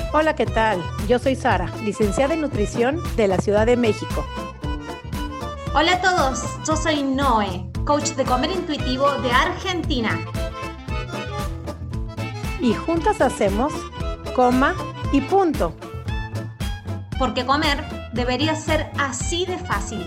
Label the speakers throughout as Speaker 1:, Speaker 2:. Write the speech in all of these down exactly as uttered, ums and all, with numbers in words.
Speaker 1: Hola, ¿qué tal? Yo soy Sara, licenciada en nutrición de la Ciudad de México.
Speaker 2: Hola a todos, yo soy Noé, coach de comer intuitivo de Argentina.
Speaker 1: Y juntas hacemos coma y punto.
Speaker 2: Porque comer debería ser así de fácil.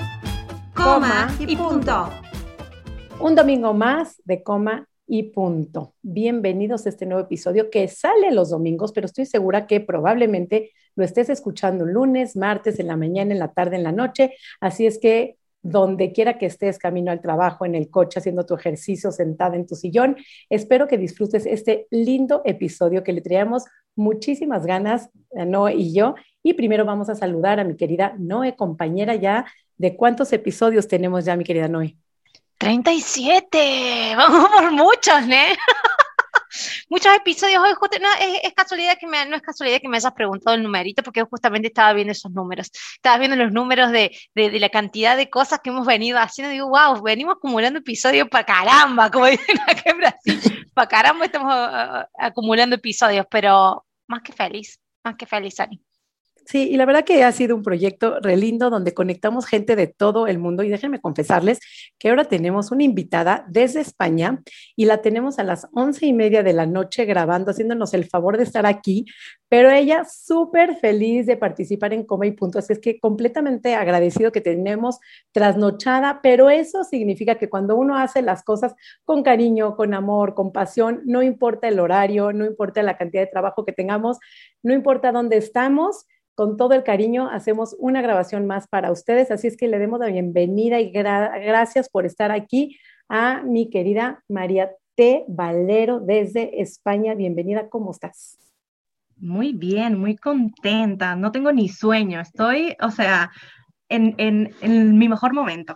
Speaker 1: Coma y punto. Un domingo más de coma y punto. Bienvenidos a este nuevo episodio que sale los domingos, pero estoy segura que probablemente lo estés escuchando lunes, martes, en la mañana, en la tarde, en la noche. Así es que donde quiera que estés, camino al trabajo, en el coche, haciendo tu ejercicio, sentada en tu sillón, espero que disfrutes este lindo episodio que le traíamos muchísimas ganas, Noé y yo. Y primero vamos a saludar a mi querida Noé, compañera ya. ¿De cuántos episodios tenemos ya, mi querida Noé?
Speaker 3: treinta y siete, vamos por muchos, ¿no? Muchos episodios. Hoy justo, no, es, es casualidad que me, no es casualidad que me hayas preguntado el numerito, porque yo justamente estaba viendo esos números, estaba viendo los números de, de, de la cantidad de cosas que hemos venido haciendo, digo, wow, venimos acumulando episodios para caramba, como dicen acá en Brasil, para caramba estamos uh, acumulando episodios, pero más que feliz, más que feliz, Ani.
Speaker 1: Sí, y la verdad que ha sido un proyecto re lindo donde conectamos gente de todo el mundo y déjenme confesarles que ahora tenemos una invitada desde España y la tenemos a las once y media de la noche grabando, haciéndonos el favor de estar aquí, pero ella súper feliz de participar en Coma y Punto, así es que completamente agradecido que tenemos trasnochada, pero eso significa que cuando uno hace las cosas con cariño, con amor, con pasión, no importa el horario, no importa la cantidad de trabajo que tengamos, no importa dónde estamos, con todo el cariño hacemos una grabación más para ustedes, así es que le demos la bienvenida y gra- gracias por estar aquí a mi querida María T. Valero desde España. Bienvenida, ¿cómo estás?
Speaker 4: Muy bien, muy contenta, no tengo ni sueño, estoy, o sea, en, en, en mi mejor momento.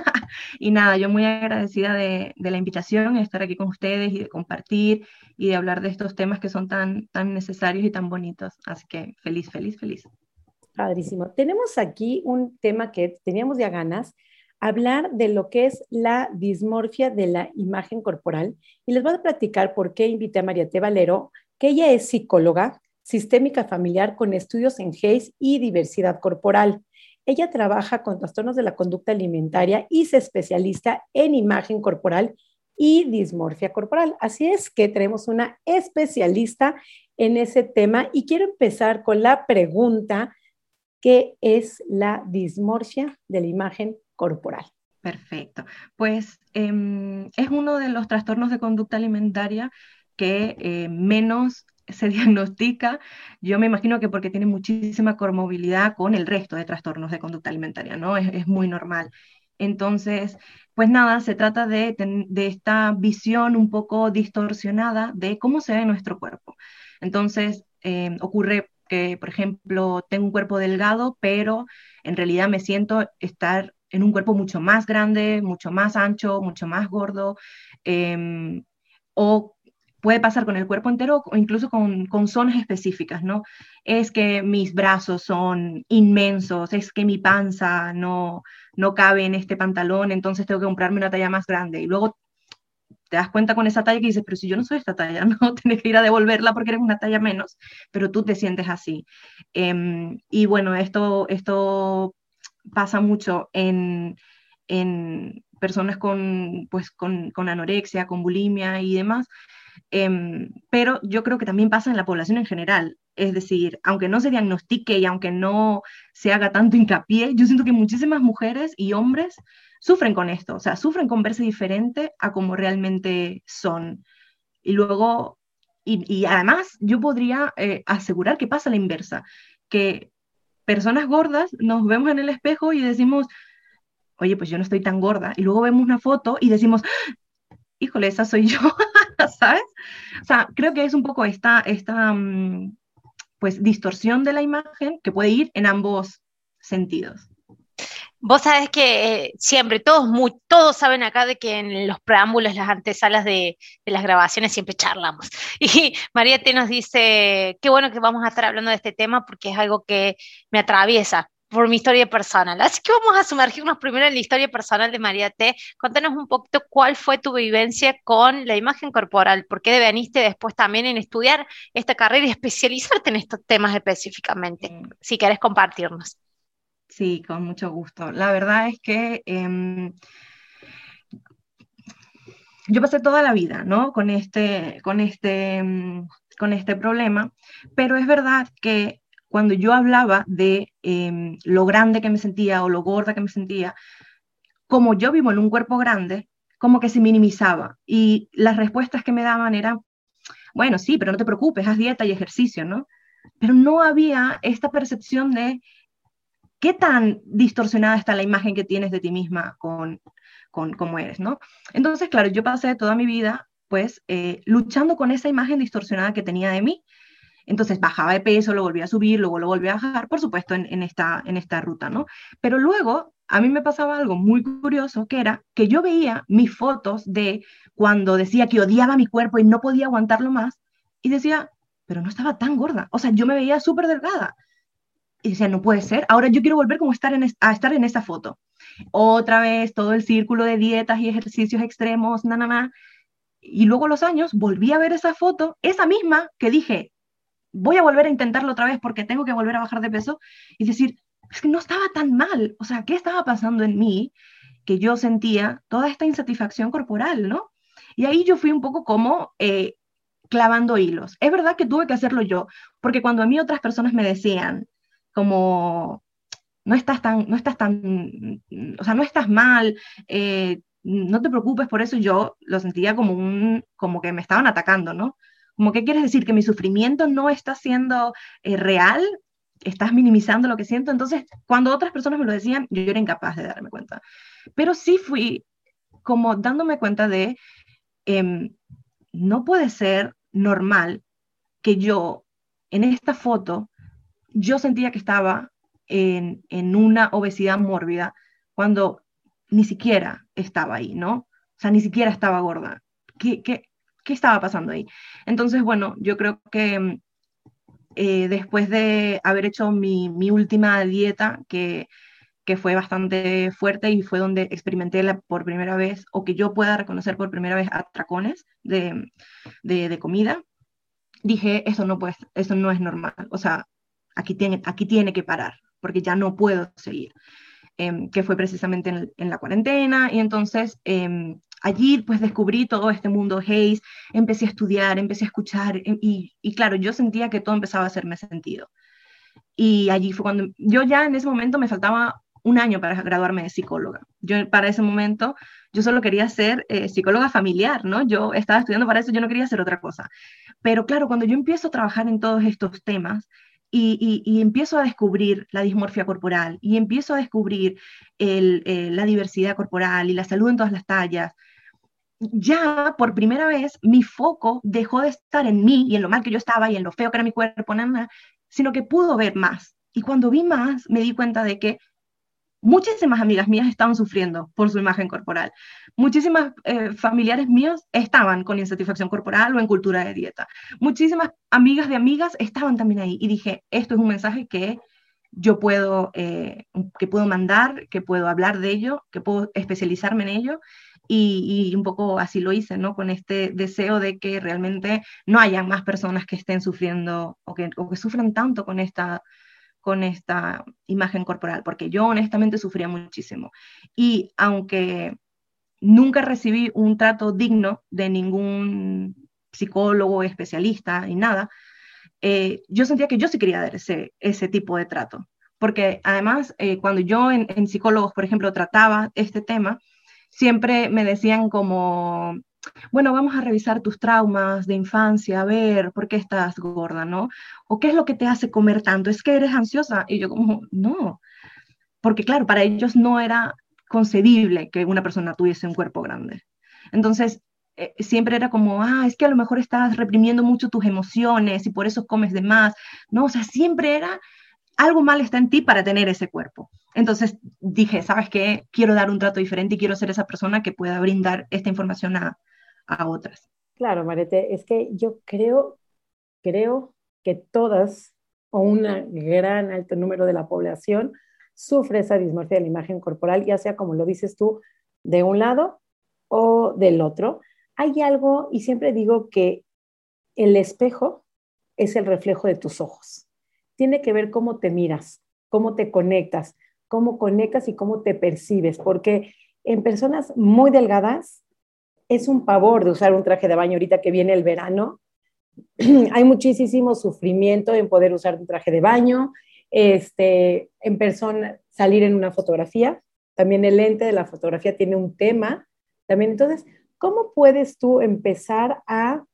Speaker 4: Y nada, yo muy agradecida de, de la invitación, de estar aquí con ustedes y de compartir y de hablar de estos temas que son tan, tan necesarios y tan bonitos. Así que feliz, feliz, feliz.
Speaker 1: Padrísimo. Tenemos aquí un tema que teníamos ya ganas, hablar de lo que es la dismorfia de la imagen corporal. Y les voy a platicar por qué invité a María T. Valero, que ella es psicóloga sistémica familiar con estudios en G A C E y diversidad corporal. Ella trabaja con trastornos de la conducta alimentaria y se especializa en imagen corporal y dismorfia corporal. Así es que tenemos una especialista en ese tema y quiero empezar con la pregunta: ¿qué es la dismorfia de la imagen corporal?
Speaker 4: Perfecto. Pues eh, es uno de los trastornos de conducta alimentaria que eh, menos se diagnostica. Yo me imagino que porque tiene muchísima comorbilidad con el resto de trastornos de conducta alimentaria, ¿no? Es, es muy normal. Entonces, pues nada, se trata de, de esta visión un poco distorsionada de cómo se ve nuestro cuerpo. Entonces, eh, ocurre que, por ejemplo, tengo un cuerpo delgado, pero en realidad me siento estar en un cuerpo mucho más grande, mucho más ancho, mucho más gordo, eh, o puede pasar con el cuerpo entero o incluso con, con zonas específicas, ¿no? Es que mis brazos son inmensos, es que mi panza no, no cabe en este pantalón, entonces tengo que comprarme una talla más grande. Y luego te das cuenta con esa talla que dices, pero si yo no soy esta talla, no, tienes que ir a devolverla porque eres una talla menos, pero tú te sientes así. Eh, y bueno, esto, esto pasa mucho en, en personas con, pues, con, con anorexia, con bulimia y demás, eh, pero yo creo que también pasa en la población en general. Es decir, aunque no se diagnostique y aunque no se haga tanto hincapié, yo siento que muchísimas mujeres y hombres sufren con esto, o sea, sufren con verse diferente a como realmente son. Y luego, y, y además yo podría eh, asegurar que pasa la inversa, que personas gordas nos vemos en el espejo y decimos, oye, pues yo no estoy tan gorda, y luego vemos una foto y decimos, híjole, esa soy yo, ¿sabes? O sea, creo que es un poco esta, esta um, pues, distorsión de la imagen que puede ir en ambos sentidos.
Speaker 3: Vos sabés que eh, siempre, todos, muy, todos saben acá de que en los preámbulos, las antesalas de, de las grabaciones siempre charlamos. Y María T nos dice, qué bueno que vamos a estar hablando de este tema porque es algo que me atraviesa. por mi historia personal. Así que vamos a sumergirnos primero en la historia personal de María T. Contanos un poquito cuál fue tu vivencia con la imagen corporal, por qué deveniste después también en estudiar esta carrera y especializarte en estos temas específicamente,
Speaker 4: Mm,
Speaker 3: si querés compartirnos.
Speaker 4: Sí, con mucho gusto. La verdad es que em, yo pasé toda la vida, ¿no? Con este, con este, mm, con este problema, pero es verdad que cuando yo hablaba de em, lo grande que me sentía o lo gorda que me sentía, como yo vivo en un cuerpo grande, como que se minimizaba y las respuestas que me daban eran, bueno, sí, pero no te preocupes, haz dieta y ejercicio, ¿no? Pero no había esta percepción de qué tan distorsionada está la imagen que tienes de ti misma con, con cómo eres, ¿no? Entonces, claro, yo pasé toda mi vida, pues, eh, luchando con esa imagen distorsionada que tenía de mí. Entonces bajaba de peso, lo volvía a subir, luego lo volvía a bajar, por supuesto, en, en esta, en esta ruta, ¿no? Pero luego a mí me pasaba algo muy curioso, que era que yo veía mis fotos de cuando decía que odiaba mi cuerpo y no podía aguantarlo más, y decía, pero no estaba tan gorda. O sea, yo me veía súper delgada. Y decía, no puede ser, ahora yo quiero volver como estar en es, a estar en esa foto. Otra vez todo el círculo de dietas y ejercicios extremos, na, na, na. Y luego los años volví a ver esa foto, esa misma que dije, voy a volver a intentarlo otra vez porque tengo que volver a bajar de peso y decir, es que no estaba tan mal. O sea, ¿qué estaba pasando en mí que yo sentía toda esta insatisfacción corporal, ¿no? Y ahí yo fui un poco como eh, clavando hilos. Es verdad que tuve que hacerlo yo, porque cuando a mí otras personas me decían como, no estás tan, no estás tan, o sea, no estás mal, eh, no te preocupes por eso, yo lo sentía como un, como que me estaban atacando, ¿no? Como, ¿qué quieres decir? ¿Que mi sufrimiento no está siendo eh, real? ¿Estás minimizando lo que siento? Entonces, cuando otras personas me lo decían, yo era incapaz de darme cuenta. Pero sí fui como dándome cuenta de, eh, no puede ser normal que yo, en esta foto, yo sentía que estaba en, en una obesidad mórbida cuando ni siquiera estaba ahí, ¿no? O sea, ni siquiera estaba gorda. ¿Qué, qué, qué estaba pasando ahí? Entonces, bueno, yo creo que eh, después de haber hecho mi, mi última dieta, que, que fue bastante fuerte y fue donde experimenté la, por primera vez, o que yo pueda reconocer por primera vez atracones de, de, de comida, dije, eso no, puede, eso no es normal. O sea, aquí tiene, aquí tiene que parar, porque ya no puedo seguir. Eh, que fue precisamente en, en, la cuarentena, y entonces eh, allí pues descubrí todo este mundo Haze, empecé a estudiar, empecé a escuchar, y, y claro, yo sentía que todo empezaba a hacerme sentido. Y allí fue cuando, yo ya en ese momento me faltaba un año para graduarme de psicóloga. Yo para ese momento, yo solo quería ser eh, psicóloga familiar, ¿no? Yo estaba estudiando para eso, yo no quería hacer otra cosa. Pero claro, cuando yo empiezo a trabajar en todos estos temas, y, y, y empiezo a descubrir la dismorfia corporal, y empiezo a descubrir el, eh, la diversidad corporal y la salud en todas las tallas, ya por primera vez mi foco dejó de estar en mí y en lo mal que yo estaba y en lo feo que era mi cuerpo, nada, sino que pudo ver más. Y cuando vi más, me di cuenta de que muchísimas amigas mías estaban sufriendo por su imagen corporal. Muchísimas eh, familiares míos estaban con insatisfacción corporal o en cultura de dieta. Muchísimas amigas de amigas estaban también ahí. Y dije, esto es un mensaje que yo puedo, eh, que puedo mandar, que puedo hablar de ello, que puedo especializarme en ello. Y, y un poco así lo hice, ¿no? Con este deseo de que realmente no haya más personas que estén sufriendo o que, o que sufran tanto con esta con esta imagen corporal, porque yo honestamente sufría muchísimo. Y aunque nunca recibí un trato digno de ningún psicólogo, especialista y nada, eh, yo sentía que yo sí quería dar ese, ese tipo de trato. Porque además, eh, cuando yo en, en psicólogos, por ejemplo, trataba este tema, siempre me decían como, bueno, vamos a revisar tus traumas de infancia, a ver por qué estás gorda, ¿no? O qué es lo que te hace comer tanto, es que eres ansiosa. Y yo como, no, porque claro, para ellos no era concebible que una persona tuviese un cuerpo grande. Entonces, eh, siempre era como, ah, es que a lo mejor estás reprimiendo mucho tus emociones y por eso comes de más. No, o sea, siempre era algo mal está en ti para tener ese cuerpo. Entonces dije, ¿sabes qué? Quiero dar un trato diferente y quiero ser esa persona que pueda brindar esta información a, a otras.
Speaker 1: Claro, Marete, es que yo creo, creo que todas o un gran alto número de la población sufre esa dismorfia de la imagen corporal, ya sea como lo dices tú, de un lado o del otro. Hay algo, y siempre digo que el espejo es el reflejo de tus ojos. Tiene que ver cómo te miras, cómo te conectas, cómo conectas y cómo te percibes, porque en personas muy delgadas es un pavor de usar un traje de baño ahorita que viene el verano. Hay muchísimo sufrimiento en poder usar un traje de baño, este, en persona salir en una fotografía. También el lente de la fotografía tiene un tema. También, entonces, ¿cómo puedes tú empezar a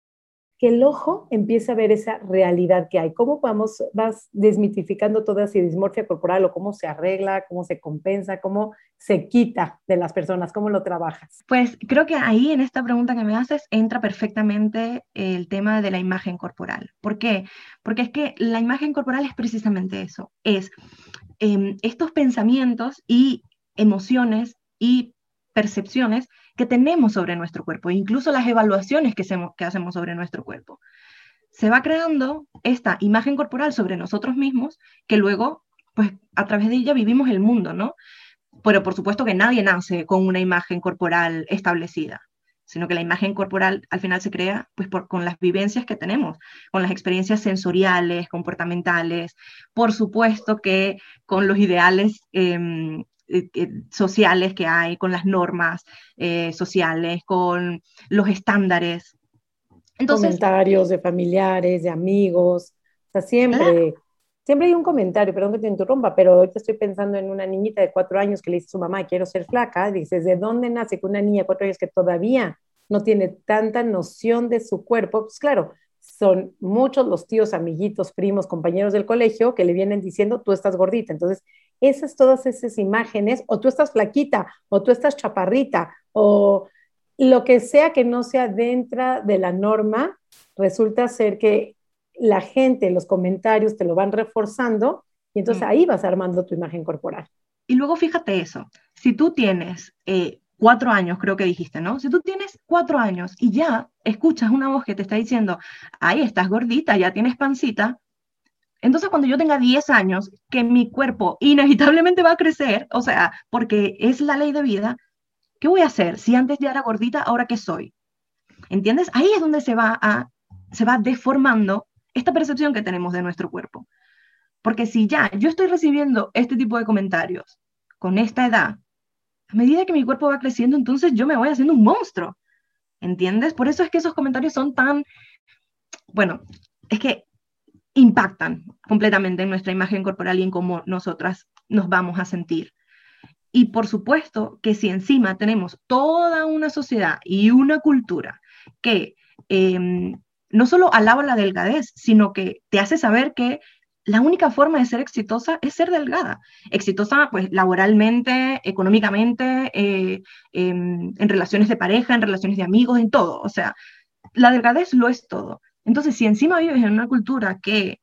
Speaker 1: que el ojo empiece a ver esa realidad que hay? ¿Cómo vamos, vas desmitificando toda esa dismorfia corporal, o cómo se arregla, cómo se compensa, cómo se quita de las personas, cómo lo trabajas?
Speaker 4: Pues creo que ahí en esta pregunta que me haces entra perfectamente el tema de la imagen corporal. ¿Por qué? Porque es que la imagen corporal es precisamente eso, es eh, estos pensamientos y emociones y percepciones que tenemos sobre nuestro cuerpo, incluso las evaluaciones que hacemos, que hacemos sobre nuestro cuerpo. Se va creando esta imagen corporal sobre nosotros mismos, que luego, pues a través de ella vivimos el mundo, ¿no? Pero por supuesto que nadie nace con una imagen corporal establecida, sino que la imagen corporal al final se crea pues, por, con las vivencias que tenemos, con las experiencias sensoriales, comportamentales, por supuesto que con los ideales eh, eh, sociales que hay, con las normas eh, sociales, con los estándares.
Speaker 1: Entonces, comentarios de familiares, de amigos, o sea, siempre... ¿Ah? Siempre hay un comentario, perdón que te interrumpa, pero ahorita estoy pensando en una niñita de cuatro años que le dice a su mamá, quiero ser flaca. Dices, ¿de dónde nace que una niña de cuatro años que todavía no tiene tanta noción de su cuerpo? Pues claro, son muchos los tíos, amiguitos, primos, compañeros del colegio que le vienen diciendo, tú estás gordita. Entonces, esas, todas esas imágenes, o tú estás flaquita, o tú estás chaparrita, o lo que sea que no sea dentro de la norma, resulta ser que la gente, los comentarios te lo van reforzando, y entonces ahí vas armando tu imagen corporal.
Speaker 4: Y luego fíjate eso, si tú tienes eh, cuatro años, creo que dijiste, ¿no? Si tú tienes cuatro años y ya escuchas una voz que te está diciendo, ay, estás gordita, ya tienes pancita, entonces cuando yo tenga diez años, que mi cuerpo inevitablemente va a crecer, o sea, porque es la ley de vida, ¿qué voy a hacer? Si antes ya era gordita, ¿ahora qué soy? ¿Entiendes? Ahí es donde se va, a, se va deformando esta percepción que tenemos de nuestro cuerpo. Porque si ya yo estoy recibiendo este tipo de comentarios con esta edad, a medida que mi cuerpo va creciendo, entonces yo me voy haciendo un monstruo. ¿Entiendes? Por eso es que esos comentarios son tan, bueno, es que impactan completamente en nuestra imagen corporal y en cómo nosotras nos vamos a sentir. Y por supuesto que si encima tenemos toda una sociedad y una cultura que eh, no solo alaba la delgadez, sino que te hace saber que la única forma de ser exitosa es ser delgada. Exitosa, pues, laboralmente, económicamente, eh, eh, en relaciones de pareja, en relaciones de amigos, en todo. O sea, la delgadez lo es todo. Entonces, si encima vives en una cultura que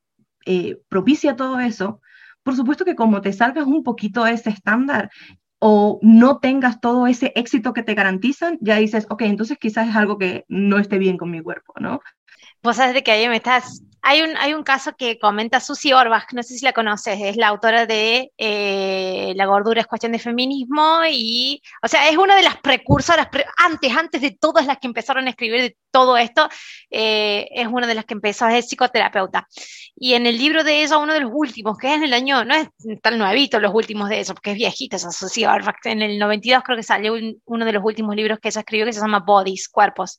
Speaker 4: eh, propicia todo eso, por supuesto que como te salgas un poquito de ese estándar o no tengas todo ese éxito que te garantizan, ya dices, ok, entonces quizás es algo que no esté bien con mi cuerpo, ¿no?
Speaker 3: Vos sabés de que ahí me estás... Hay un, hay un caso que comenta Susie Orbach, no sé si la conoces, es la autora de eh, La gordura es cuestión de feminismo y, o sea, es una de las precursoras, pre, antes, antes de todas las que empezaron a escribir de todo esto, eh, es una de las que empezó, es psicoterapeuta. Y en el libro de ella, uno de los últimos, que es en el año, no es tan nuevito los últimos de eso, porque es viejita esa Susie Orbach, en el noventa y dos creo que salió un, uno de los últimos libros que ella escribió que se llama Bodies, Cuerpos.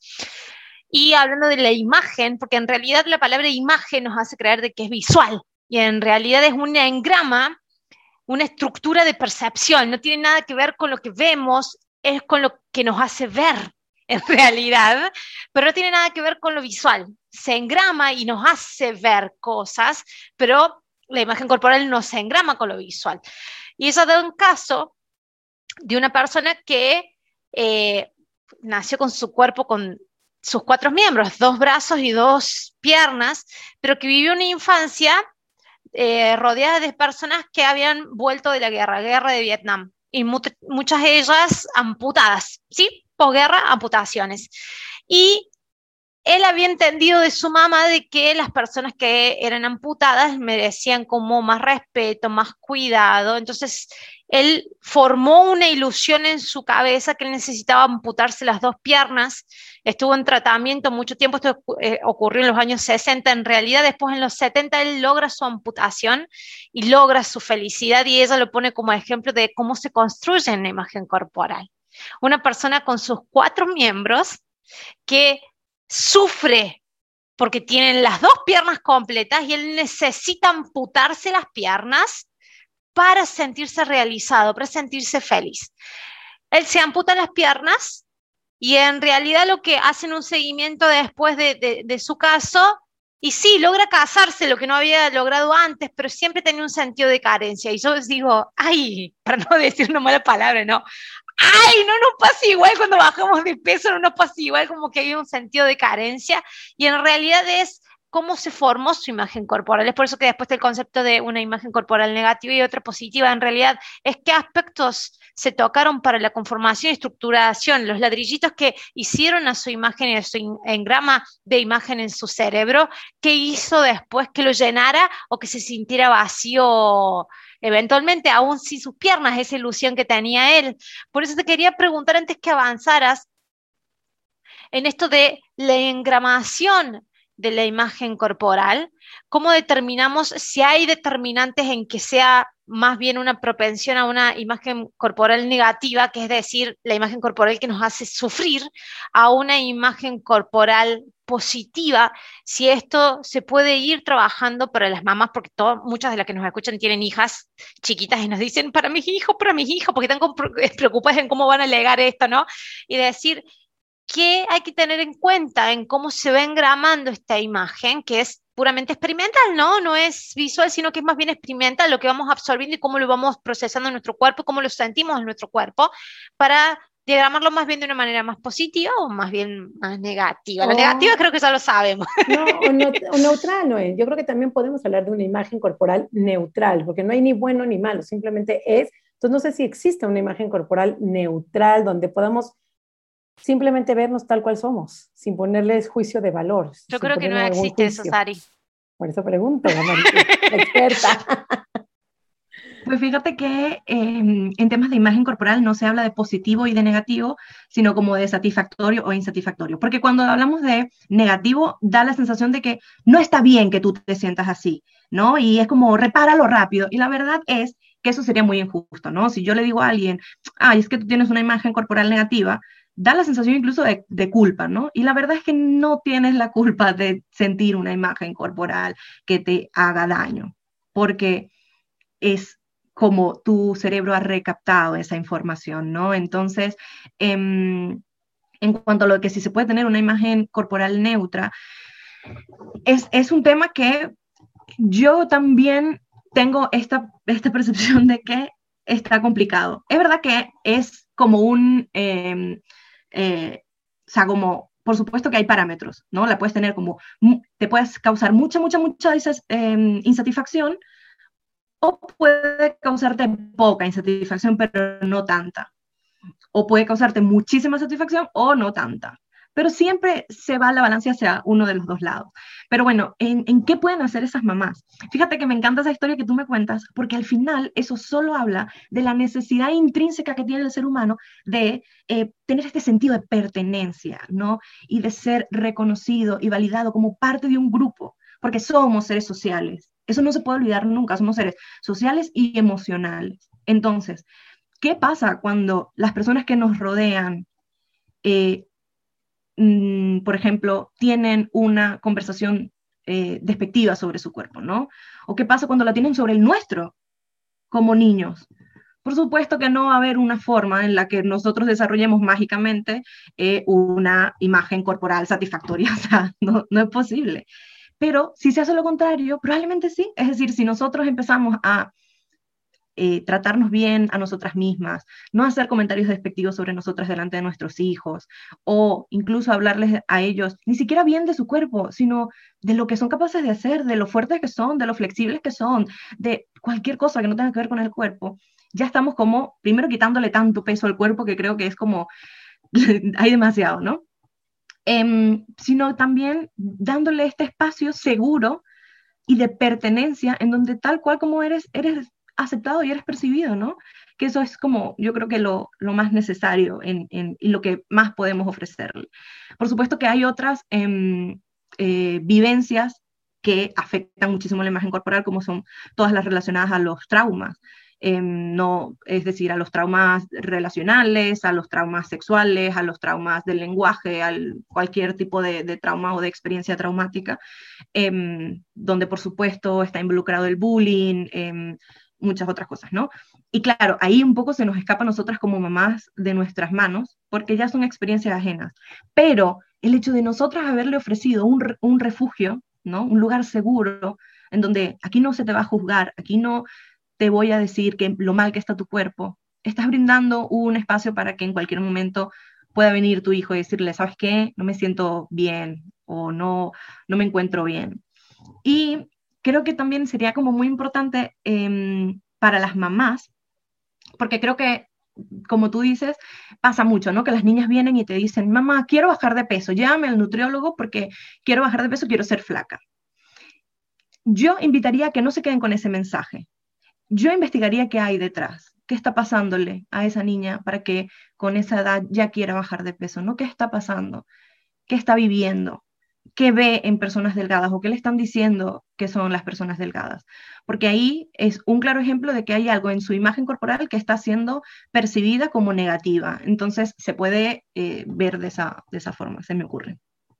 Speaker 3: Y hablando de la imagen, porque en realidad la palabra imagen nos hace creer de que es visual, y en realidad es un engrama, una estructura de percepción, no tiene nada que ver con lo que vemos, es con lo que nos hace ver en realidad, pero no tiene nada que ver con lo visual. Se engrama y nos hace ver cosas, pero la imagen corporal no se engrama con lo visual. Y eso da un caso de una persona que eh, nació con su cuerpo con sus cuatro miembros, dos brazos y dos piernas, pero que vivió una infancia eh, rodeada de personas que habían vuelto de la guerra, guerra de Vietnam, y mu muchas de ellas amputadas, ¿sí? Posguerra, amputaciones. Y él había entendido de su mamá de que las personas que eran amputadas merecían como más respeto, más cuidado. Entonces, él formó una ilusión en su cabeza que él necesitaba amputarse las dos piernas. Estuvo en tratamiento mucho tiempo, esto eh, ocurrió en los años sesenta. En realidad, después en los setenta, él logra su amputación y logra su felicidad, y ella lo pone como ejemplo de cómo se construye una imagen corporal. Una persona con sus cuatro miembros que sufre porque tienen las dos piernas completas y él necesita amputarse las piernas para sentirse realizado, para sentirse feliz. Él se amputa las piernas y en realidad lo que hacen un seguimiento después de, de, de su caso, y sí, logra casarse, lo que no había logrado antes, pero siempre tenía un sentido de carencia. Y yo les digo, ay, para no decir una mala palabra, no, ay, no nos pasa igual cuando bajamos de peso, no nos pasa igual, como que hay un sentido de carencia, y en realidad es cómo se formó su imagen corporal. Es por eso que después del concepto de una imagen corporal negativa y otra positiva, en realidad es qué aspectos se tocaron para la conformación y estructuración, los ladrillitos que hicieron a su imagen y a su engrama de imagen en su cerebro, qué hizo después que lo llenara o que se sintiera vacío eventualmente, aún sin sus piernas, esa ilusión que tenía él. Por eso te quería preguntar antes que avanzaras en esto de la engramación de la imagen corporal, ¿cómo determinamos si hay determinantes en que sea más bien una propensión a una imagen corporal negativa, que es decir, la imagen corporal que nos hace sufrir, a una imagen corporal positiva, si esto se puede ir trabajando para las mamás, porque todo, muchas de las que nos escuchan tienen hijas chiquitas y nos dicen, para mis hijos, para mis hijos, porque están preocupadas en cómo van a legar esto, ¿no? Y decir, ¿qué hay que tener en cuenta en cómo se va engramando esta imagen, que es puramente experimental, ¿no? No es visual, sino que es más bien experimental, lo que vamos absorbiendo y cómo lo vamos procesando en nuestro cuerpo, cómo lo sentimos en nuestro cuerpo, para diagramarlo más bien de una manera más positiva o más bien más negativa.
Speaker 1: Oh.
Speaker 3: La negativa creo que ya lo sabemos.
Speaker 1: No, o, no, o neutral no es. Yo creo que también podemos hablar de una imagen corporal neutral, porque no hay ni bueno ni malo, simplemente es. Entonces no sé si existe una imagen corporal neutral donde podamos simplemente vernos tal cual somos, sin ponerles juicio de valor.
Speaker 3: Yo creo que no existe juicio. Eso, Sari.
Speaker 1: Por eso pregunto, la experta.
Speaker 4: Pues fíjate que eh, en temas de imagen corporal no se habla de positivo y de negativo, sino como de satisfactorio o insatisfactorio. Porque cuando hablamos de negativo, da la sensación de que no está bien que tú te sientas así, ¿no? Y es como, repáralo rápido. Y la verdad es que eso sería muy injusto, ¿no? Si yo le digo a alguien, ay, es que tú tienes una imagen corporal negativa, da la sensación incluso de, de culpa, ¿no? Y la verdad es que no tienes la culpa de sentir una imagen corporal que te haga daño, porque es como tu cerebro ha recaptado esa información, ¿no? Entonces, eh, en cuanto a lo que si se puede tener una imagen corporal neutra, es, es un tema que yo también tengo esta, esta percepción de que está complicado. Es verdad que es como un... Eh, Eh, o sea, como, por supuesto que hay parámetros, ¿no? La puedes tener como, te puedes causar mucha, mucha, mucha eh, insatisfacción, o puede causarte poca insatisfacción, pero no tanta. O puede causarte muchísima satisfacción o no tanta. Pero siempre se va la balanza hacia uno de los dos lados. Pero bueno, ¿en, ¿en qué pueden hacer esas mamás? Fíjate que me encanta esa historia que tú me cuentas, porque al final eso solo habla de la necesidad intrínseca que tiene el ser humano de eh, tener este sentido de pertenencia, ¿no? Y de ser reconocido y validado como parte de un grupo, porque somos seres sociales. Eso no se puede olvidar nunca, somos seres sociales y emocionales. Entonces, ¿qué pasa cuando las personas que nos rodean eh, por ejemplo, tienen una conversación eh, despectiva sobre su cuerpo, ¿no? ¿O qué pasa cuando la tienen sobre el nuestro, como niños? Por supuesto que no va a haber una forma en la que nosotros desarrollemos mágicamente eh, una imagen corporal satisfactoria, o sea, no, no es posible. Pero si se hace lo contrario, probablemente sí. Es decir, si nosotros empezamos a Eh, tratarnos bien a nosotras mismas, no hacer comentarios despectivos sobre nosotras delante de nuestros hijos, o incluso hablarles a ellos, ni siquiera bien de su cuerpo, sino de lo que son capaces de hacer, de lo fuertes que son, de lo flexibles que son, de cualquier cosa que no tenga que ver con el cuerpo, ya estamos como, primero quitándole tanto peso al cuerpo que creo que es como, hay demasiado, ¿no? em, sino también dándole este espacio seguro y de pertenencia en donde tal cual como eres, eres aceptado y eres percibido, ¿no? Que eso es como, yo creo que lo, lo más necesario en, en, y lo que más podemos ofrecerle. Por supuesto que hay otras eh, eh, vivencias que afectan muchísimo la imagen corporal, como son todas las relacionadas a los traumas. Eh, no, es decir, a los traumas relacionales, a los traumas sexuales, a los traumas del lenguaje, a cualquier tipo de, de trauma o de experiencia traumática, eh, donde por supuesto está involucrado el bullying, eh, muchas otras cosas, ¿no? Y claro, ahí un poco se nos escapa a nosotras como mamás de nuestras manos, porque ya son experiencias ajenas. Pero el hecho de nosotras haberle ofrecido un, un refugio, ¿no? Un lugar seguro, en donde aquí no se te va a juzgar, aquí no te voy a decir que lo mal que está tu cuerpo, estás brindando un espacio para que en cualquier momento pueda venir tu hijo y decirle, ¿sabes qué? No me siento bien o no, no me encuentro bien. Y creo que también sería como muy importante eh, para las mamás, porque creo que, como tú dices, pasa mucho, ¿no? Que las niñas vienen y te dicen, mamá, quiero bajar de peso, llévame al nutriólogo porque quiero bajar de peso, quiero ser flaca. Yo invitaría a que no se queden con ese mensaje. Yo investigaría qué hay detrás, qué está pasándole a esa niña para que con esa edad ya quiera bajar de peso, ¿no? ¿Qué está pasando? ¿Qué está viviendo? ¿Qué ve en personas delgadas o qué le están diciendo que son las personas delgadas? Porque ahí es un claro ejemplo de que hay algo en su imagen corporal que está siendo percibida como negativa. Entonces se puede eh, ver de esa, de esa forma, se me ocurre.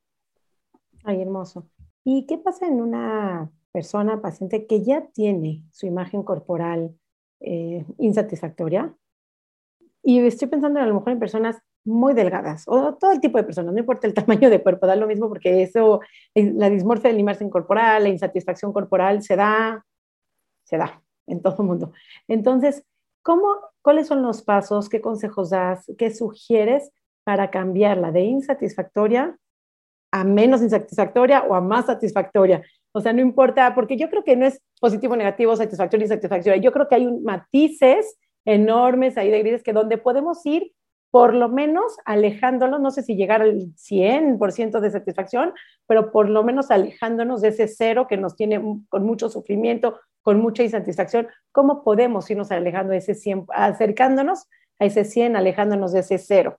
Speaker 1: Ay, hermoso. ¿Y qué pasa en una persona, paciente que ya tiene su imagen corporal eh, insatisfactoria? Y estoy pensando a lo mejor en personas muy delgadas, o todo el tipo de personas, no importa el tamaño de cuerpo, da lo mismo porque eso, la dismorfia de la imagen corporal, la insatisfacción corporal se da, se da en todo el mundo. Entonces, ¿cómo, cuáles son los pasos, qué consejos das, qué sugieres para cambiarla de insatisfactoria a menos insatisfactoria o a más satisfactoria? O sea, no importa, porque yo creo que no es positivo, negativo, satisfactoria, insatisfactoria. Yo creo que hay un, matices enormes ahí de grises que donde podemos ir por lo menos alejándonos, no sé si llegar al cien por ciento de satisfacción, pero por lo menos alejándonos de ese cero que nos tiene con mucho sufrimiento, con mucha insatisfacción. ¿Cómo podemos irnos alejando de ese cien, acercándonos a ese cien, alejándonos de ese cero?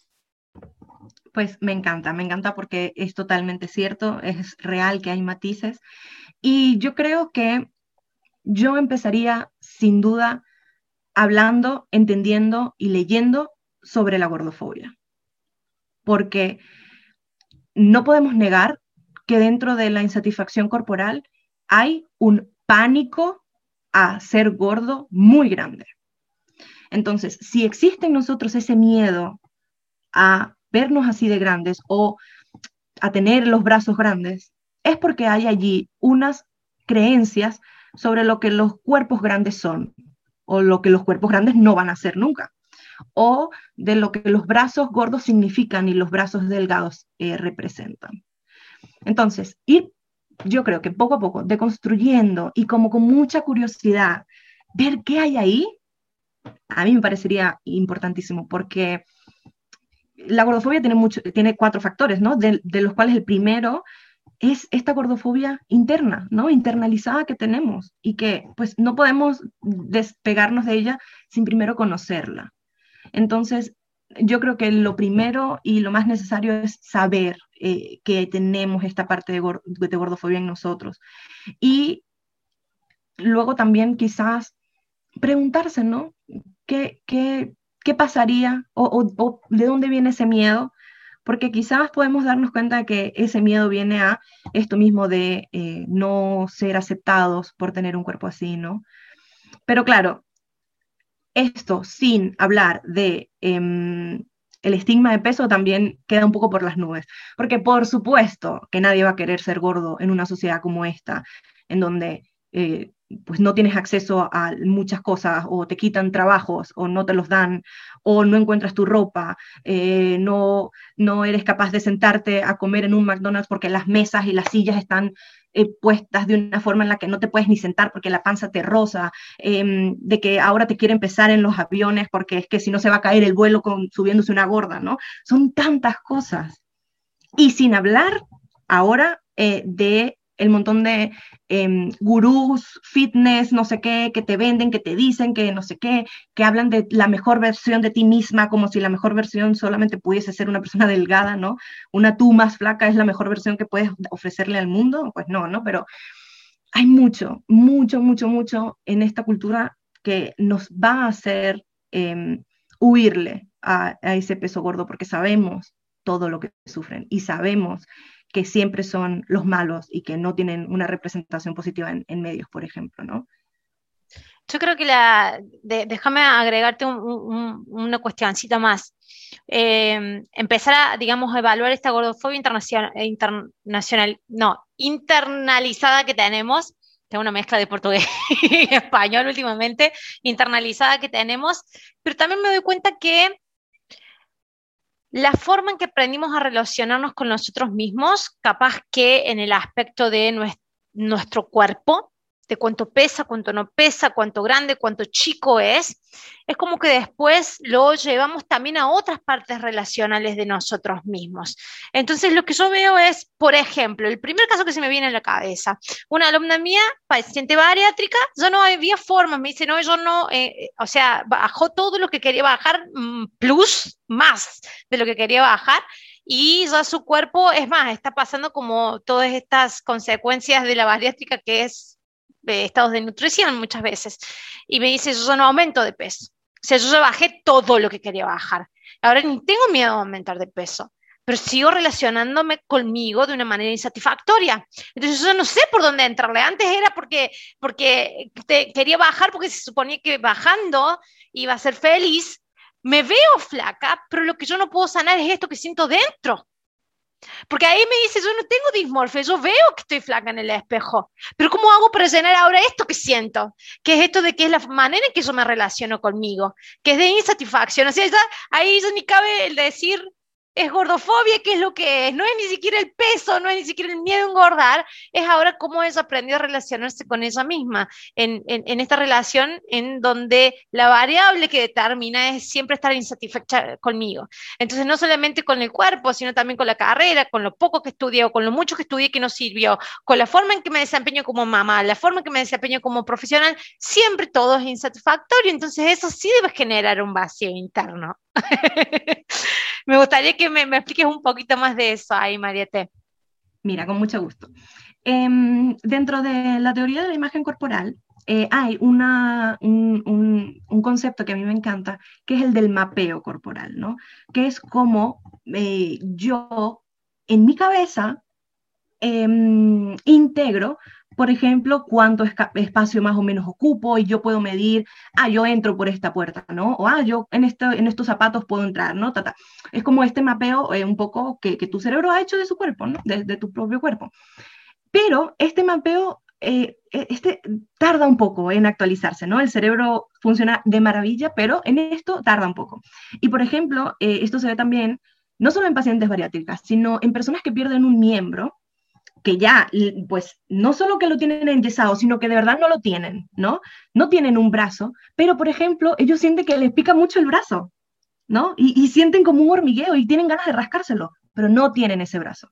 Speaker 4: Pues me encanta, me encanta porque es totalmente cierto, es real que hay matices. Y yo creo que yo empezaría sin duda hablando, entendiendo y leyendo sobre la gordofobia. Porque no podemos negar que dentro de la insatisfacción corporal hay un pánico a ser gordo muy grande. Entonces, si existe en nosotros ese miedo a vernos así de grandes o a tener los brazos grandes, es porque hay allí unas creencias sobre lo que los cuerpos grandes son o lo que los cuerpos grandes no van a ser nunca, o de lo que los brazos gordos significan y los brazos delgados eh, representan. Entonces, ir, yo creo que poco a poco, deconstruyendo y como con mucha curiosidad, ver qué hay ahí, a mí me parecería importantísimo, porque la gordofobia tiene, mucho, tiene cuatro factores, ¿no? De, de los cuales el primero es esta gordofobia interna, ¿no? Internalizada que tenemos y que pues no podemos despegarnos de ella sin primero conocerla. Entonces, yo creo que lo primero y lo más necesario es saber eh, que tenemos esta parte de, gord de gordofobia en nosotros. Y luego también quizás preguntarse, ¿no? ¿Qué, qué, qué pasaría o, o, o de dónde viene ese miedo? Porque quizás podemos darnos cuenta de que ese miedo viene a esto mismo de eh, no ser aceptados por tener un cuerpo así, ¿no? Pero claro, esto sin hablar de eh, el estigma de peso también queda un poco por las nubes. Porque por supuesto que nadie va a querer ser gordo en una sociedad como esta, en donde eh, pues no tienes acceso a muchas cosas, o te quitan trabajos, o no te los dan, o no encuentras tu ropa, eh, no, no eres capaz de sentarte a comer en un McDonald's porque las mesas y las sillas están eh, puestas de una forma en la que no te puedes ni sentar porque la panza te roza, eh, de que ahora te quieren pesar en los aviones porque es que si no se va a caer el vuelo con, subiéndose una gorda, ¿no? Son tantas cosas Y sin hablar ahora eh, de el montón de eh, gurús, fitness, no sé qué, que te venden, que te dicen que no sé qué, que hablan de la mejor versión de ti misma, como si la mejor versión solamente pudiese ser una persona delgada, ¿no? Una tú más flaca es la mejor versión que puedes ofrecerle al mundo. Pues no, ¿no? Pero hay mucho, mucho, mucho, mucho en esta cultura que nos va a hacer eh, huirle a, a ese peso gordo, porque sabemos todo lo que sufren y sabemos que siempre son los malos y que no tienen una representación positiva en, en medios, por ejemplo, ¿no?
Speaker 3: Yo creo que la, de, déjame agregarte un, un, una cuestioncita más. Eh, empezar a, digamos, evaluar esta gordofobia internacional, internacional, no, internalizada que tenemos, tengo una mezcla de portugués y español últimamente, internalizada que tenemos, pero también me doy cuenta que la forma en que aprendimos a relacionarnos con nosotros mismos, capaz que en el aspecto de nuestro, nuestro cuerpo, de cuánto pesa, cuánto no pesa, cuánto grande, cuánto chico es, es como que después lo llevamos también a otras partes relacionales de nosotros mismos. Entonces lo que yo veo es, por ejemplo, el primer caso que se me viene a la cabeza, una alumna mía, paciente bariátrica, ya no había forma, me dice, no, yo no, eh, o sea, bajó todo lo que quería bajar, plus, más de lo que quería bajar, y ya su cuerpo, es más, está pasando como todas estas consecuencias de la bariátrica, que es de estados de nutrición muchas veces, y me dice, yo ya no aumento de peso, o sea, yo ya bajé todo lo que quería bajar, ahora ni tengo miedo a aumentar de peso, pero sigo relacionándome conmigo de una manera insatisfactoria, entonces yo no sé por dónde entrarle. Antes era porque, porque te, quería bajar, porque se suponía que bajando iba a ser feliz, me veo flaca, pero lo que yo no puedo sanar es esto que siento dentro. Porque ahí me dice, yo no tengo dismorfia, yo veo que estoy flaca en el espejo, pero ¿cómo hago para llenar ahora esto que siento? Que es esto de que es la manera en que yo me relaciono conmigo, que es de insatisfacción. O sea, ya, ahí ya ni cabe el decir, es gordofobia, que es lo que es, no es ni siquiera el peso, no es ni siquiera el miedo a engordar, es ahora cómo ella aprendió a relacionarse con ella misma, en, en, en esta relación en donde la variable que determina es siempre estar insatisfecha conmigo. Entonces, no solamente con el cuerpo, sino también con la carrera, con lo poco que estudié o con lo mucho que estudié que no sirvió, con la forma en que me desempeño como mamá, la forma en que me desempeño como profesional, siempre todo es insatisfactorio. Entonces, eso sí debe generar un vacío interno. Me gustaría que me, me expliques un poquito más de eso ahí, Mariette.
Speaker 4: Mira, con mucho gusto. Eh, dentro de la teoría de la imagen corporal, eh, hay una, un, un, un concepto que a mí me encanta, que es el del mapeo corporal, ¿no? Que es como eh, yo, en mi cabeza, eh, integro, por ejemplo, cuánto espacio más o menos ocupo, y yo puedo medir, ah, yo entro por esta puerta, ¿no? O, ah, yo en, este, en estos zapatos puedo entrar, ¿no? Tata. Es como este mapeo eh, un poco que, que tu cerebro ha hecho de su cuerpo, ¿no? De, de tu propio cuerpo. Pero este mapeo, eh, este tarda un poco en actualizarse, ¿no? El cerebro funciona de maravilla, pero en esto tarda un poco. Y, por ejemplo, eh, esto se ve también, no solo en pacientes bariátricas, sino en personas que pierden un miembro, que ya, pues, no solo que lo tienen enyesado, sino que de verdad no lo tienen, ¿no? No tienen un brazo, pero, por ejemplo, ellos sienten que les pica mucho el brazo, ¿no? Y, y sienten como un hormigueo y tienen ganas de rascárselo, pero no tienen ese brazo.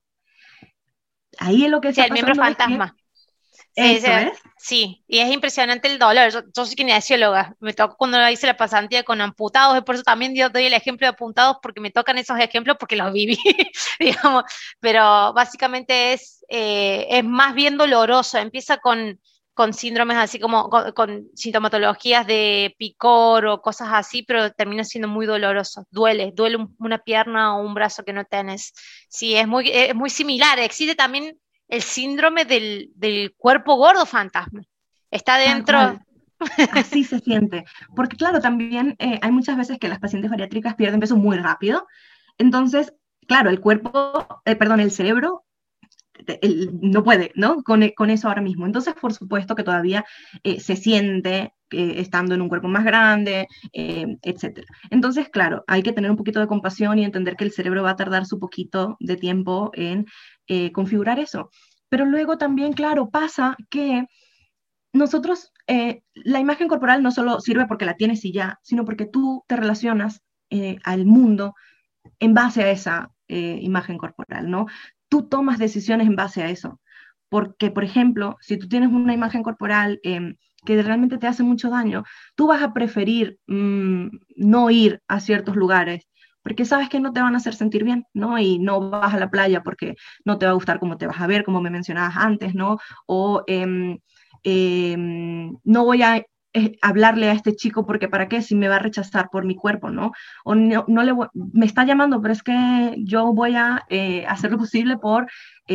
Speaker 4: Ahí es lo que
Speaker 3: sí,
Speaker 4: está
Speaker 3: el miembro fantasma.
Speaker 4: Que...
Speaker 3: Sí,
Speaker 4: ¿Eso
Speaker 3: sí,
Speaker 4: es?
Speaker 3: Sí, y es impresionante el dolor. Yo, yo soy kinesióloga, me tocó cuando hice la pasantía con amputados, y por eso también yo doy el ejemplo de amputados, porque me tocan esos ejemplos porque los viví, digamos, pero básicamente es, eh, es más bien doloroso, empieza con, con síndromes así como, con, con sintomatologías de picor o cosas así, pero termina siendo muy doloroso, duele, duele un, una pierna o un brazo que no tenés. Sí, es muy, es muy similar, existe también el síndrome del, del cuerpo gordo fantasma. Está dentro.
Speaker 4: Así se siente. Porque claro, también eh, hay muchas veces que las pacientes bariátricas pierden peso muy rápido. Entonces, claro, el cuerpo, eh, perdón, el cerebro el, no puede, ¿no? Con, con eso ahora mismo. Entonces, por supuesto que todavía eh, se siente eh, estando en un cuerpo más grande, eh, etcétera. Entonces, claro, hay que tener un poquito de compasión y entender que el cerebro va a tardar su poquito de tiempo en eh, configurar eso. Pero luego también, claro, pasa que nosotros, eh, la imagen corporal no solo sirve porque la tienes y ya, sino porque tú te relacionas eh, al mundo en base a esa eh, imagen corporal, ¿no? Tú tomas decisiones en base a eso. Porque, por ejemplo, si tú tienes una imagen corporal eh, que realmente te hace mucho daño, tú vas a preferir mmm, no ir a ciertos lugares porque sabes que no te van a hacer sentir bien, ¿no? Y no vas a la playa porque no te va a gustar cómo te vas a ver, como me mencionabas antes, ¿no? O eh, eh, no voy a eh, hablarle a este chico porque ¿para qué? Si me va a rechazar por mi cuerpo, ¿no? O no, no le voy, me está llamando, pero es que yo voy a eh, hacer lo posible por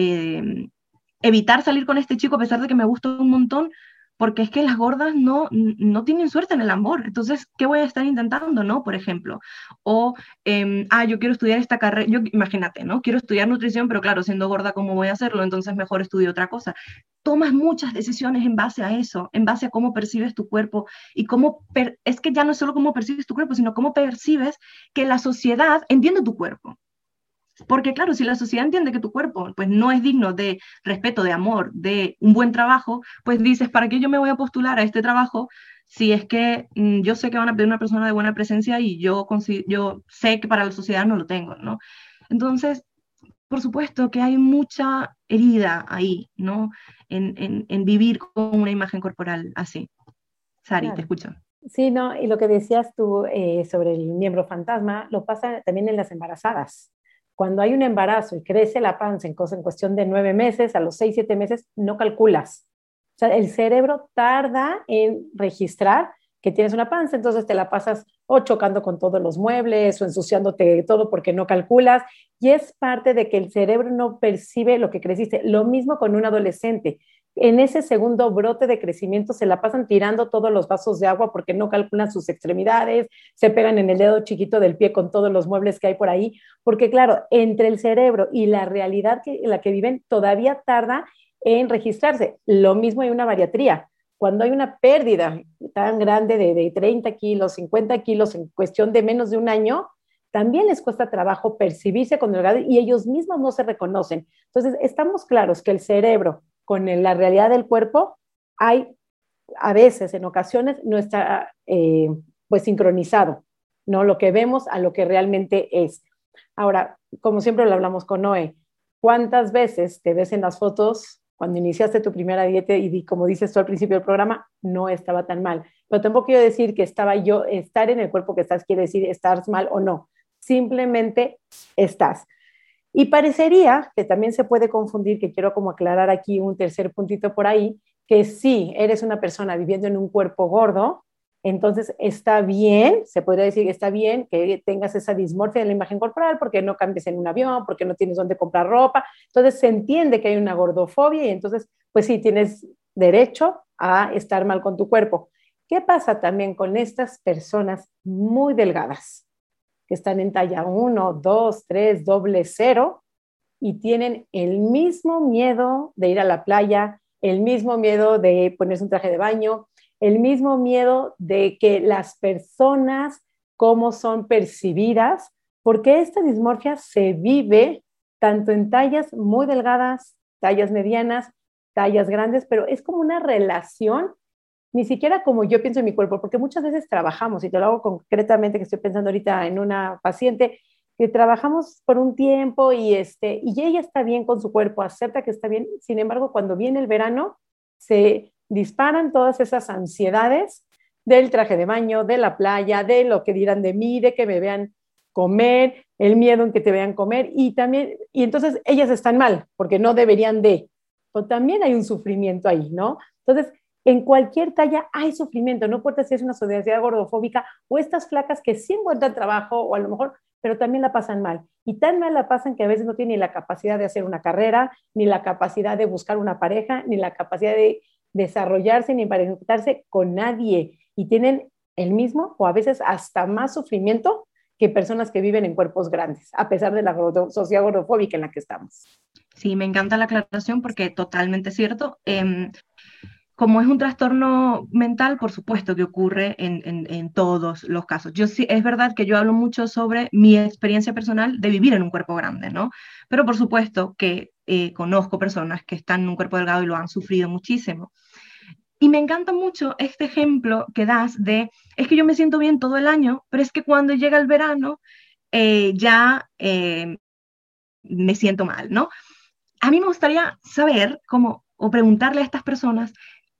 Speaker 4: eh, evitar salir con este chico a pesar de que me gusta un montón, porque es que las gordas no, no tienen suerte en el amor. Entonces, ¿qué voy a estar intentando, no? Por ejemplo. O, eh, ah, yo quiero estudiar esta carrera, yo, imagínate, ¿no? Quiero estudiar nutrición, pero claro, siendo gorda, ¿cómo voy a hacerlo? Entonces mejor estudio otra cosa. Tomas muchas decisiones en base a eso, en base a cómo percibes tu cuerpo y cómo, per es que ya no es solo cómo percibes tu cuerpo, sino cómo percibes que la sociedad entiende tu cuerpo. Porque claro, si la sociedad entiende que tu cuerpo pues, no es digno de respeto, de amor, de un buen trabajo, pues dices, ¿para qué yo me voy a postular a este trabajo si es que mmm, yo sé que van a pedir una persona de buena presencia y yo, yo sé que para la sociedad no lo tengo, ¿no? Entonces, por supuesto que hay mucha herida ahí, ¿no? En, en, en vivir con una imagen corporal así. Sari, claro. Te escucho.
Speaker 1: Sí, no, y lo que decías tú eh, sobre el miembro fantasma, lo pasa también en las embarazadas. Cuando hay un embarazo y crece la panza en, cosa, en cuestión de nueve meses, a los seis, siete meses, no calculas. O sea, el cerebro tarda en registrar que tienes una panza, entonces te la pasas o chocando con todos los muebles o ensuciándote todo porque no calculas. Y es parte de que el cerebro no percibe lo que creciste. Lo mismo con un adolescente. En ese segundo brote de crecimiento se la pasan tirando todos los vasos de agua porque no calculan sus extremidades, se pegan en el dedo chiquito del pie con todos los muebles que hay por ahí, porque claro, entre el cerebro y la realidad que, en la que viven todavía tarda en registrarse. Lo mismo hay una bariatría. Cuando hay una pérdida tan grande de, de treinta kilos, cincuenta kilos en cuestión de menos de un año, también les cuesta trabajo percibirse con delgado y ellos mismos no se reconocen. Entonces, estamos claros que el cerebro con la realidad del cuerpo, hay a veces, en ocasiones, no está eh, pues sincronizado, ¿no? Lo que vemos a lo que realmente es. Ahora, como siempre lo hablamos con Noé, ¿cuántas veces te ves en las fotos cuando iniciaste tu primera dieta y como dices tú al principio del programa, no estaba tan mal? Pero tampoco quiero decir que estaba yo, estar en el cuerpo que estás quiere decir estar mal o no, simplemente estás. Y parecería que también se puede confundir, que quiero como aclarar aquí un tercer puntito por ahí, que si eres una persona viviendo en un cuerpo gordo, entonces está bien, se podría decir que está bien que tengas esa dismorfia de la imagen corporal porque no cambies en un avión, porque no tienes dónde comprar ropa. Entonces se entiende que hay una gordofobia y entonces, pues sí, tienes derecho a estar mal con tu cuerpo. ¿Qué pasa también con estas personas muy delgadas? Que están en talla uno, dos, tres, doble cero y tienen el mismo miedo de ir a la playa, el mismo miedo de ponerse un traje de baño, el mismo miedo de que las personas, cómo son percibidas, porque esta dismorfia se vive tanto en tallas muy delgadas, tallas medianas, tallas grandes, pero es como una relación ni siquiera como yo pienso en mi cuerpo, porque muchas veces trabajamos, y te lo hago concretamente, que estoy pensando ahorita en una paciente, que trabajamos por un tiempo y, este, y ella está bien con su cuerpo, acepta que está bien, sin embargo, cuando viene el verano, se disparan todas esas ansiedades del traje de baño, de la playa, de lo que dirán de mí, de que me vean comer, el miedo en que te vean comer, y también, y entonces ellas están mal, porque no deberían de, pero también hay un sufrimiento ahí, ¿no? Entonces, en cualquier talla hay sufrimiento, no importa si es una sociedad gordofóbica o estas flacas que sí encuentran trabajo o a lo mejor, pero también la pasan mal. Y tan mal la pasan que a veces no tienen ni la capacidad de hacer una carrera, ni la capacidad de buscar una pareja, ni la capacidad de desarrollarse, ni emparentarse con nadie. Y tienen el mismo o a veces hasta más sufrimiento que personas que viven en cuerpos grandes, a pesar de la sociedad gordofóbica en la que estamos.
Speaker 4: Sí, me encanta la aclaración porque totalmente cierto. Eh, Como es un trastorno mental, por supuesto que ocurre en, en, en todos los casos. Yo sí, es verdad que yo hablo mucho sobre mi experiencia personal de vivir en un cuerpo grande, ¿no? Pero por supuesto que eh, conozco personas que están en un cuerpo delgado y lo han sufrido muchísimo. Y me encanta mucho este ejemplo que das de, es que yo me siento bien todo el año, pero es que cuando llega el verano, eh, ya... Eh, me siento mal, ¿no? A mí me gustaría saber cómo, o preguntarle a estas personas,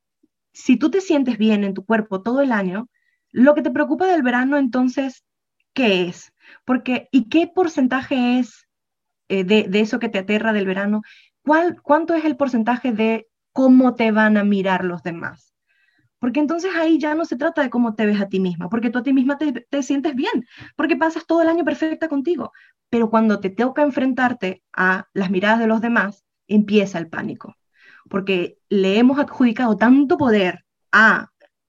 Speaker 4: si tú te sientes bien en tu cuerpo todo el año, lo que te preocupa del verano, entonces, ¿qué es? Porque, ¿y qué porcentaje es eh, de, de eso que te aterra del verano? ¿Cuál, ¿Cuánto es el porcentaje de cómo te van a mirar los demás? Porque entonces ahí ya no se trata de cómo te ves a ti misma, porque tú a ti misma te, te sientes bien, porque pasas todo el año perfecta contigo. Pero cuando te toca enfrentarte a las miradas de los demás, empieza el pánico. Porque le hemos adjudicado tanto poder a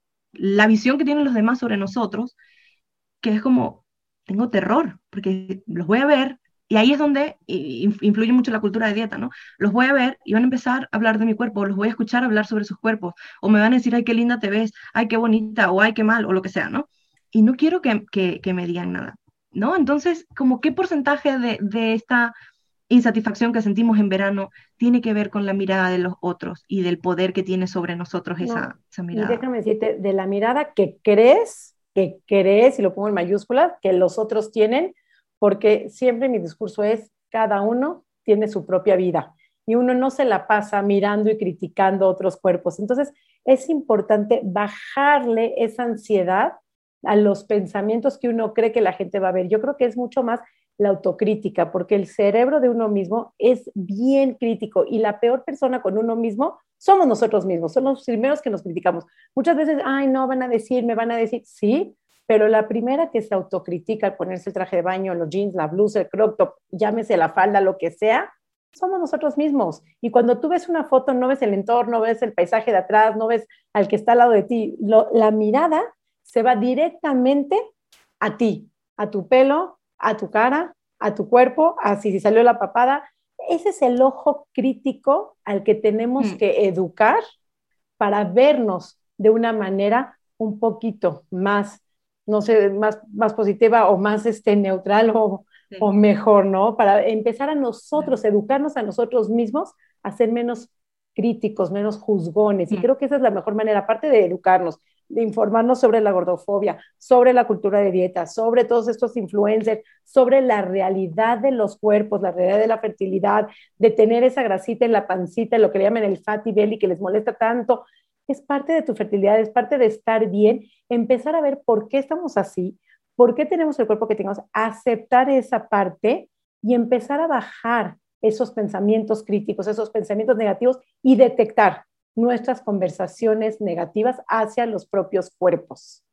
Speaker 4: la visión que tienen los demás sobre nosotros, que es como, tengo terror, porque los voy a ver, y ahí es donde influye mucho la cultura de dieta, ¿no? Los voy a ver y van a empezar a hablar de mi cuerpo, o los voy a escuchar hablar sobre sus cuerpos, o me van a decir, ay, qué linda te ves, ay, qué bonita, o ay, qué mal, o lo que sea, ¿no? Y no quiero que, que, que me digan nada, ¿no? Entonces, como qué porcentaje de, de esta insatisfacción que sentimos en verano tiene que ver con la mirada de los otros y del poder que tiene sobre nosotros esa,
Speaker 1: No,
Speaker 4: esa
Speaker 1: y
Speaker 4: mirada.
Speaker 1: déjame decirte, de la mirada que crees, que crees, y lo pongo en mayúsculas, que los otros tienen, porque siempre mi discurso es, cada uno tiene su propia vida, y uno no se la pasa mirando y criticando otros cuerpos. Entonces, es importante bajarle esa ansiedad a los pensamientos que uno cree que la gente va a ver. Yo creo que es mucho más la autocrítica, porque el cerebro de uno mismo es bien crítico y la peor persona con uno mismo somos nosotros mismos, son los primeros que nos criticamos. Muchas veces, ay, no, van a decir, me van a decir, sí, pero la primera que se autocritica al ponerse el traje de baño, los jeans, la blusa, el crop top, llámese la falda, lo que sea, somos nosotros mismos. Y cuando tú ves una foto, no ves el entorno, ves el paisaje de atrás, no ves al que está al lado de ti. Lo, la mirada se va directamente a ti, a tu pelo, a tu cara, a tu cuerpo, a si salió la papada. Ese es el ojo crítico al que tenemos mm. que educar para vernos de una manera un poquito más, no sé, más, más positiva o más este, neutral o, sí. o mejor, ¿no? Para empezar a nosotros, sí. educarnos a nosotros mismos a ser menos críticos, menos juzgones. Mm. Y creo que esa es la mejor manera, aparte de educarnos, de informarnos sobre la gordofobia, sobre la cultura de dieta, sobre todos estos influencers, sobre la realidad de los cuerpos, la realidad de la fertilidad, de tener esa grasita en la pancita, lo que le llaman el fatty belly, que les molesta tanto. Es parte de tu fertilidad, es parte de estar bien, empezar a ver por qué estamos así, por qué tenemos el cuerpo que tenemos, aceptar esa parte y empezar a bajar esos pensamientos críticos, esos pensamientos negativos y detectar nuestras conversaciones negativas hacia los propios cuerpos.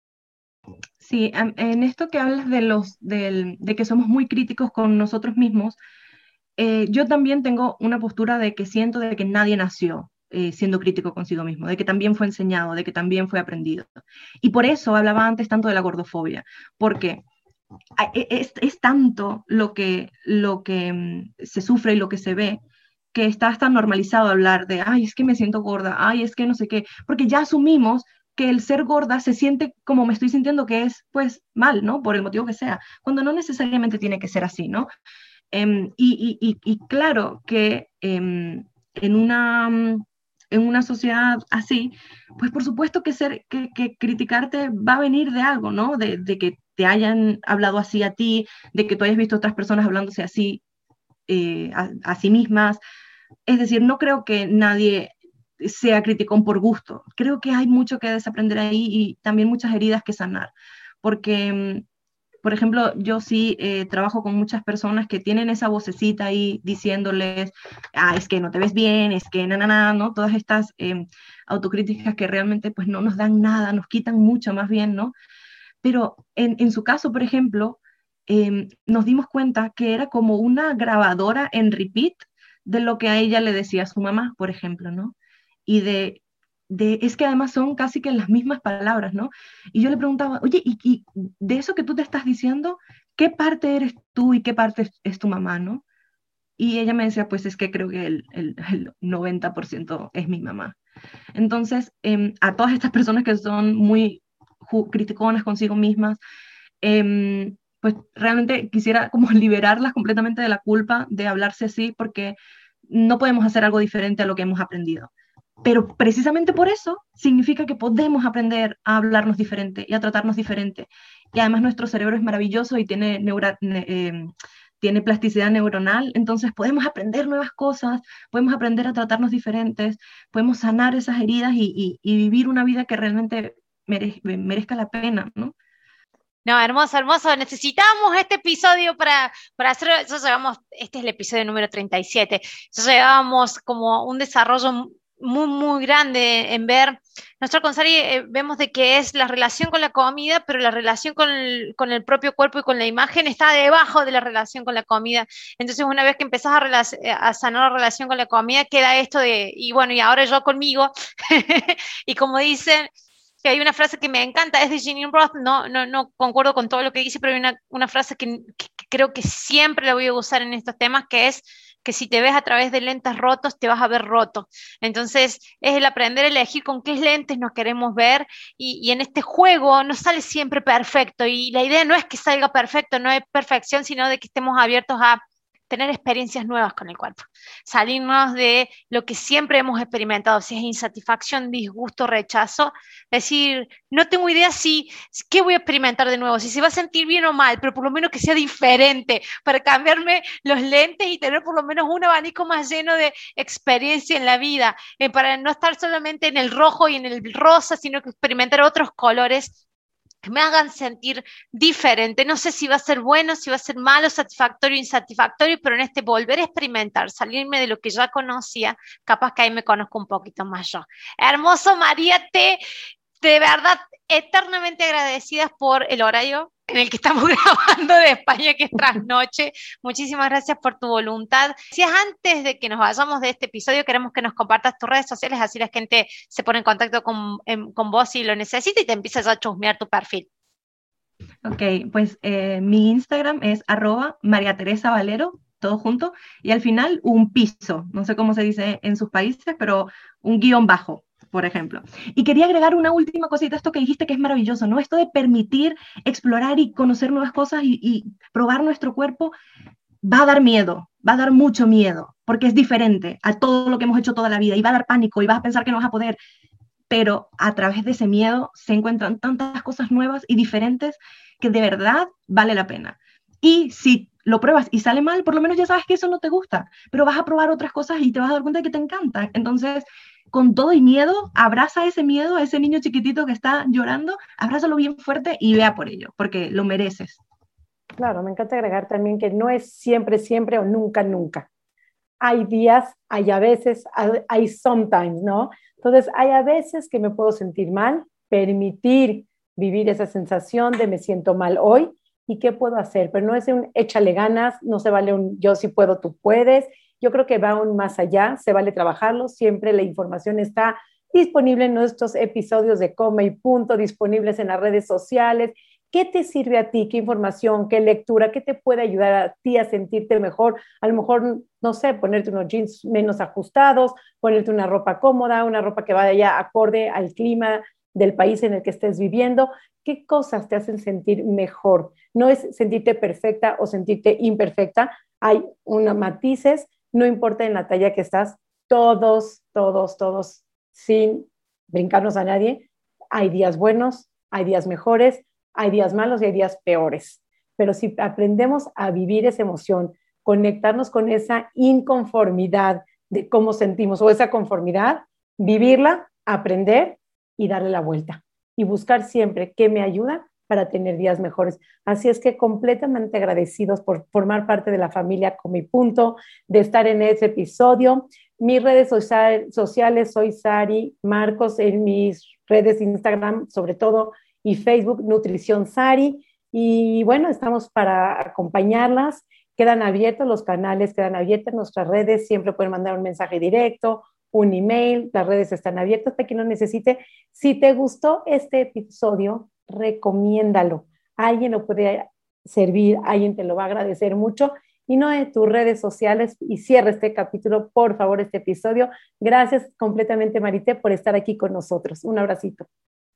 Speaker 4: Sí, en esto que hablas de, los, de, de que somos muy críticos con nosotros mismos, eh, yo también tengo una postura de que siento de que nadie nació eh, siendo crítico consigo mismo, de que también fue enseñado, de que también fue aprendido. Y por eso hablaba antes tanto de la gordofobia, porque es, es tanto lo que, lo que um, se sufre y lo que se ve, que está tan normalizado hablar de, ay, es que me siento gorda, ay, es que no sé qué, porque ya asumimos que el ser gorda se siente como me estoy sintiendo, que es, pues, mal, ¿no? Por el motivo que sea, cuando no necesariamente tiene que ser así, ¿no? Um, y, y, y claro que um, en, una, um, en una sociedad así, pues por supuesto que, ser, que, que criticarte va a venir de algo, ¿no? De, de que te hayan hablado así a ti, de que tú hayas visto a otras personas hablándose así eh, a, a sí mismas. Es decir, no creo que nadie sea criticón por gusto. Creo que hay mucho que desaprender ahí y también muchas heridas que sanar. Porque, por ejemplo, yo sí eh, trabajo con muchas personas que tienen esa vocecita ahí diciéndoles, ah, es que no te ves bien, es que na, na, na, ¿no? Todas estas eh, autocríticas que realmente pues no nos dan nada, nos quitan mucho más bien, ¿no? Pero en, en su caso, por ejemplo, eh, nos dimos cuenta que era como una grabadora en repeat de lo que a ella le decía a su mamá, por ejemplo, ¿no? Y de, de, es que además son casi que las mismas palabras, ¿no? Y yo le preguntaba, oye, ¿y, y de eso que tú te estás diciendo, qué parte eres tú y qué parte es, es tu mamá, ¿no? Y ella me decía, pues es que creo que el, el, el noventa por ciento es mi mamá. Entonces, eh, a todas estas personas que son muy criticonas consigo mismas, eh, pues realmente quisiera como liberarlas completamente de la culpa de hablarse así, porque no podemos hacer algo diferente a lo que hemos aprendido. Pero precisamente por eso significa que podemos aprender a hablarnos diferente y a tratarnos diferente. Y además nuestro cerebro es maravilloso y tiene, neura, eh, tiene plasticidad neuronal, entonces podemos aprender nuevas cosas, podemos aprender a tratarnos diferentes, podemos sanar esas heridas y, y, y vivir una vida que realmente merez, merezca la pena, ¿no?
Speaker 3: No, hermoso, hermoso. Necesitamos este episodio para, para hacer, nosotros llevamos, este es el episodio número treinta y siete, nosotros llevábamos como un desarrollo muy, muy grande en ver, nosotros con Sari eh, vemos de que es la relación con la comida, pero la relación con el, con el propio cuerpo y con la imagen está debajo de la relación con la comida. Entonces una vez que empezás a, a sanar la relación con la comida, queda esto de, y bueno, y ahora yo conmigo, y como dicen, que hay una frase que me encanta, es de Jeanine Roth, no, no, no concuerdo con todo lo que dice, pero hay una, una frase que, que, que creo que siempre la voy a usar en estos temas, que es que si te ves a través de lentes rotos, te vas a ver roto. Entonces, es el aprender a elegir con qué lentes nos queremos ver, y, y en este juego no sale siempre perfecto, y la idea no es que salga perfecto, no es perfección, sino de que estemos abiertos a tener experiencias nuevas con el cuerpo, salirnos de lo que siempre hemos experimentado, si es insatisfacción, disgusto, rechazo, decir, no tengo idea si, qué voy a experimentar de nuevo, si se va a sentir bien o mal, pero por lo menos que sea diferente, para cambiarme los lentes y tener por lo menos un abanico más lleno de experiencia en la vida, eh, para no estar solamente en el rojo y en el rosa, sino que experimentar otros colores que me hagan sentir diferente. No sé si va a ser bueno, si va a ser malo, satisfactorio, insatisfactorio, pero en este volver a experimentar, salirme de lo que ya conocía, capaz que ahí me conozco un poquito más yo. Hermoso, María, te, de verdad, eternamente agradecidas por el horario en el que estamos grabando de España, que es trasnoche. Muchísimas gracias por tu voluntad. Si es antes de que nos vayamos de este episodio, queremos que nos compartas tus redes sociales, así la gente se pone en contacto con, en, con vos si lo necesita y te empiezas a chusmear tu perfil.
Speaker 4: Ok, pues eh, mi Instagram es arroba María Teresa Valero, todo junto, y al final un piso, no sé cómo se dice en sus países, pero un guión bajo, por ejemplo. Y quería agregar una última cosita, esto que dijiste que es maravilloso, ¿no? Esto de permitir explorar y conocer nuevas cosas y, y probar nuestro cuerpo va a dar miedo, va a dar mucho miedo, porque es diferente a todo lo que hemos hecho toda la vida, y va a dar pánico, y vas a pensar que no vas a poder, pero a través de ese miedo se encuentran tantas cosas nuevas y diferentes que de verdad vale la pena. Y si lo pruebas y sale mal, por lo menos ya sabes que eso no te gusta, pero vas a probar otras cosas y te vas a dar cuenta de que te encanta. Entonces, con todo y miedo, abraza ese miedo, a ese niño chiquitito que está llorando, abrázalo bien fuerte y vea por ello, porque lo mereces.
Speaker 1: Claro, me encanta agregar también que no es siempre, siempre o nunca, nunca. Hay días, hay a veces, hay sometimes, ¿no? Entonces, hay a veces que me puedo sentir mal, permitir vivir esa sensación de me siento mal hoy y qué puedo hacer, pero no es un échale ganas, no se vale un yo sí puedo, tú puedes. Yo creo que va aún más allá, se vale trabajarlo, siempre la información está disponible en nuestros episodios de Coma y Punto, disponibles en las redes sociales. ¿Qué te sirve a ti? ¿Qué información? ¿Qué lectura? ¿Qué te puede ayudar a ti a sentirte mejor? A lo mejor, no sé, ponerte unos jeans menos ajustados, ponerte una ropa cómoda, una ropa que vaya acorde al clima del país en el que estés viviendo. ¿Qué cosas te hacen sentir mejor? No es sentirte perfecta o sentirte imperfecta. Hay unos matices, no importa en la talla que estás, todos, todos, todos, sin brincarnos a nadie. Hay días buenos, hay días mejores, hay días malos y hay días peores. Pero si aprendemos a vivir esa emoción, conectarnos con esa inconformidad de cómo sentimos o esa conformidad, vivirla, aprender y darle la vuelta y buscar siempre qué me ayuda para tener días mejores. Así es que completamente agradecidos por formar parte de la familia Coma y Punto, de estar en ese episodio. Mis redes sociales, soy Sari Marcos, en mis redes Instagram sobre todo y Facebook, Nutrición Sari. Y bueno, estamos para acompañarlas. Quedan abiertos los canales, quedan abiertas nuestras redes, siempre pueden mandar un mensaje directo, un email, las redes están abiertas para quien lo necesite. Si te gustó este episodio, recomiéndalo. Alguien lo puede servir, alguien te lo va a agradecer mucho. Y no en tus redes sociales, y cierra este capítulo, por favor, este episodio. Gracias completamente, Marité, por estar aquí con nosotros. Un abracito.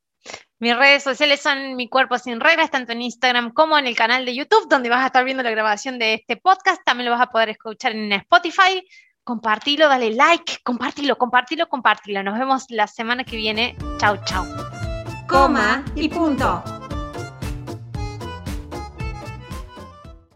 Speaker 3: Mis redes sociales son Mi Cuerpo Sin Reglas, tanto en Instagram como en el canal de YouTube, donde vas a estar viendo la grabación de este podcast. También lo vas a poder escuchar en Spotify. Compartilo, dale like, compartilo, compartilo, compartilo. Nos vemos la semana que viene. Chau, chau.
Speaker 2: Coma y Punto.